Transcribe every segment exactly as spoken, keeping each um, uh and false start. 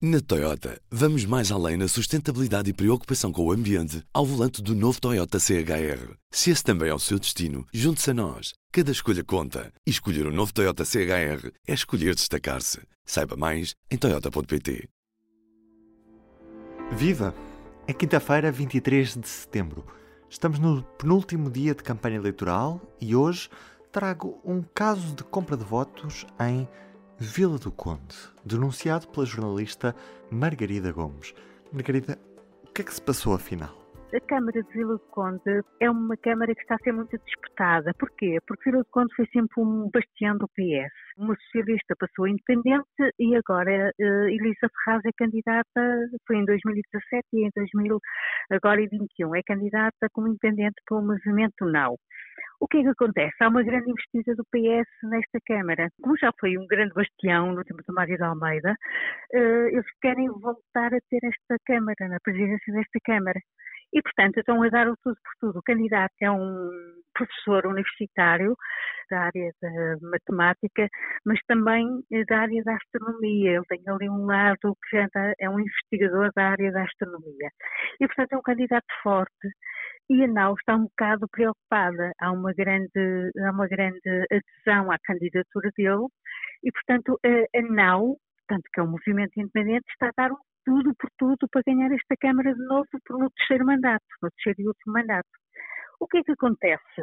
Na Toyota, vamos mais além na sustentabilidade e preocupação com o ambiente ao volante do novo Toyota C H R. Se esse também é o seu destino, junte-se a nós. Cada escolha conta. E escolher o novo Toyota C H R é escolher destacar-se. Saiba mais em toyota ponto pt. Viva! É quinta-feira, vinte e três de setembro. Estamos no penúltimo dia de campanha eleitoral e hoje trago um caso de compra de votos em Vila do Conde, denunciado pela jornalista Margarida Gomes. Margarida, o que é que se passou afinal? A Câmara de Vila do Conde é uma Câmara que está a ser muito disputada. Porquê? Porque Vila do Conde foi sempre um bastião do P S. Uma socialista passou a independente e agora uh, Elisa Ferraz é candidata, foi em dois mil e dezassete e em dois mil, agora em vinte e um, é candidata como independente para o movimento Now. O que é que acontece? Há uma grande investida do P S nesta Câmara. Como já foi um grande bastião no tempo do Mário de Almeida, uh, eles querem voltar a ter esta Câmara, na presidência desta Câmara. E, portanto, estão a dar o tudo por tudo. O candidato é um professor universitário da área da matemática, mas também da área da astronomia. Ele tem ali um lado que já é um investigador da área da astronomia. E, portanto, é um candidato forte. E a Nau está um bocado preocupada. Há uma grande, há uma grande adesão à candidatura dele. E, portanto, a, a Nau, tanto que é um movimento independente, está a dar um tudo por tudo para ganhar esta Câmara de novo no terceiro mandato, no terceiro e último mandato. O que é que acontece?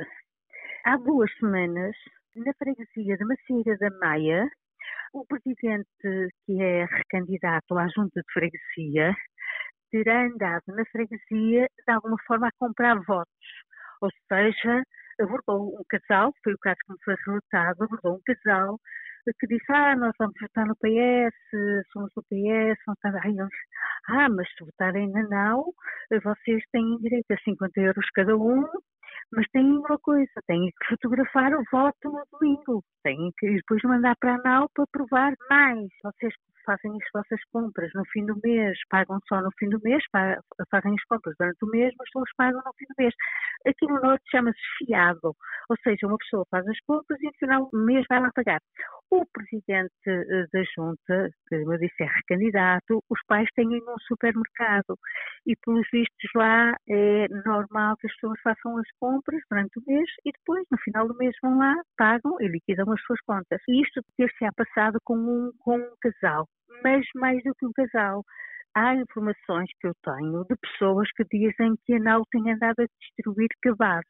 Há duas semanas, na freguesia de Macieira da Maia, o presidente, que é recandidato à junta de freguesia, terá andado na freguesia de alguma forma a comprar votos. Ou seja, abordou um casal, foi o caso que me foi relatado, abordou um casal que disse, ah, nós vamos votar no P S, somos do P S, vamos votar... Ai, eles, ah, mas se votarem na Nau, vocês têm direito a cinquenta euros cada um, mas têm uma coisa, têm que fotografar o voto no domingo, têm que depois mandar para a Nau para provar mais. Vocês fazem as vossas compras no fim do mês, pagam só no fim do mês, fazem as compras durante o mês, mas só os pagam no fim do mês. Aqui no Norte chama-se fiado, ou seja, uma pessoa faz as compras e no final do mês vai lá pagar. O presidente da junta, que eu disse é recandidato, os pais têm um supermercado e pelos vistos lá é normal que as pessoas façam as compras durante o mês e depois no final do mês vão lá, pagam e liquidam as suas contas. E isto ter-se-á passado com um, com um casal, mas mais do que um casal. Há informações que eu tenho de pessoas que dizem que a Nau tem andado a distribuir cabazes.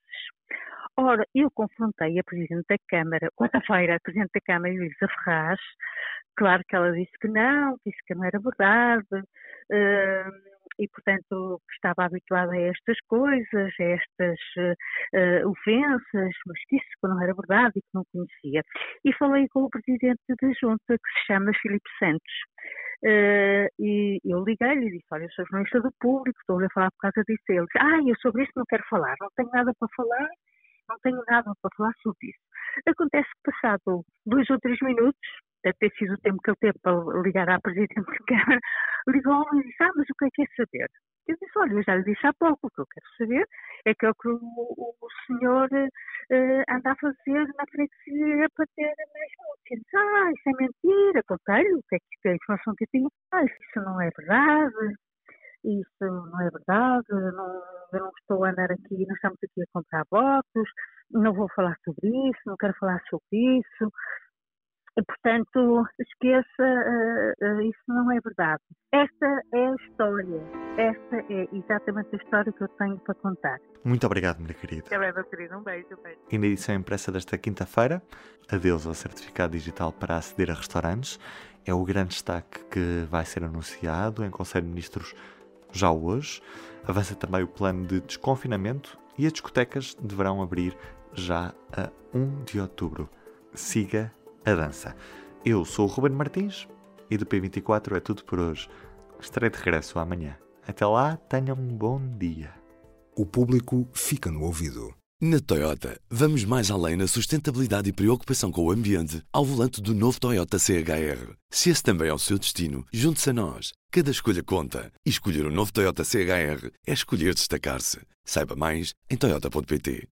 Ora, eu confrontei a Presidente da Câmara, quarta-feira, a Presidente da Câmara, Elisa Ferraz, claro que ela disse que não, disse que não era verdade, uh, e portanto que estava habituada a estas coisas, a estas uh, ofensas, mas disse que não era verdade e que não conhecia. E falei com o Presidente da Junta, que se chama Filipe Santos. Uh, e eu liguei-lhe e disse, olha, eu sou jornalista do Público, estou a falar por causa disso. Ele disse, ah, eu sobre isso não quero falar, não tenho nada para falar, não tenho nada para falar sobre isso. Acontece que passado dois ou três minutos, deve ter sido o tempo que ele teve para ligar à Presidente da Câmara, ligou-me e disse, ah, mas o que é que quer saber? Eu disse, olha, eu já lhe disse há pouco, o que eu quero saber é que é o que o, o, o senhor uh, anda a fazer na freguesia para ter mais votos. Ele disse, ah, isso é mentira, contei-lhe o que é que a informação que eu tinha. Ah, isso não é verdade, isso não é verdade, não, eu não estou a andar aqui, não estamos aqui a comprar votos, não vou falar sobre isso, não quero falar sobre isso. E, portanto, esqueça, uh, uh, isso não é verdade. Esta é a história. Esta é exatamente a história que eu tenho para contar. Muito obrigado, minha querida. É bem, meu querido. Um beijo, um beijo. E na edição impressa desta quinta-feira, adeus ao certificado digital para aceder a restaurantes. É o grande destaque que vai ser anunciado em Conselho de Ministros já hoje. Avança também o plano de desconfinamento e as discotecas deverão abrir já a primeiro de outubro. Siga a dança. Eu sou o Ruben Martins e do P vinte e quatro é tudo por hoje. Estarei de regresso amanhã. Até lá, tenham um bom dia. O público fica no ouvido. Na Toyota, vamos mais além na sustentabilidade e preocupação com o ambiente ao volante do novo Toyota C H R. Se esse também é o seu destino, junte-se a nós. Cada escolha conta. E escolher o novo Toyota C H R é escolher destacar-se. Saiba mais em toyota ponto pt.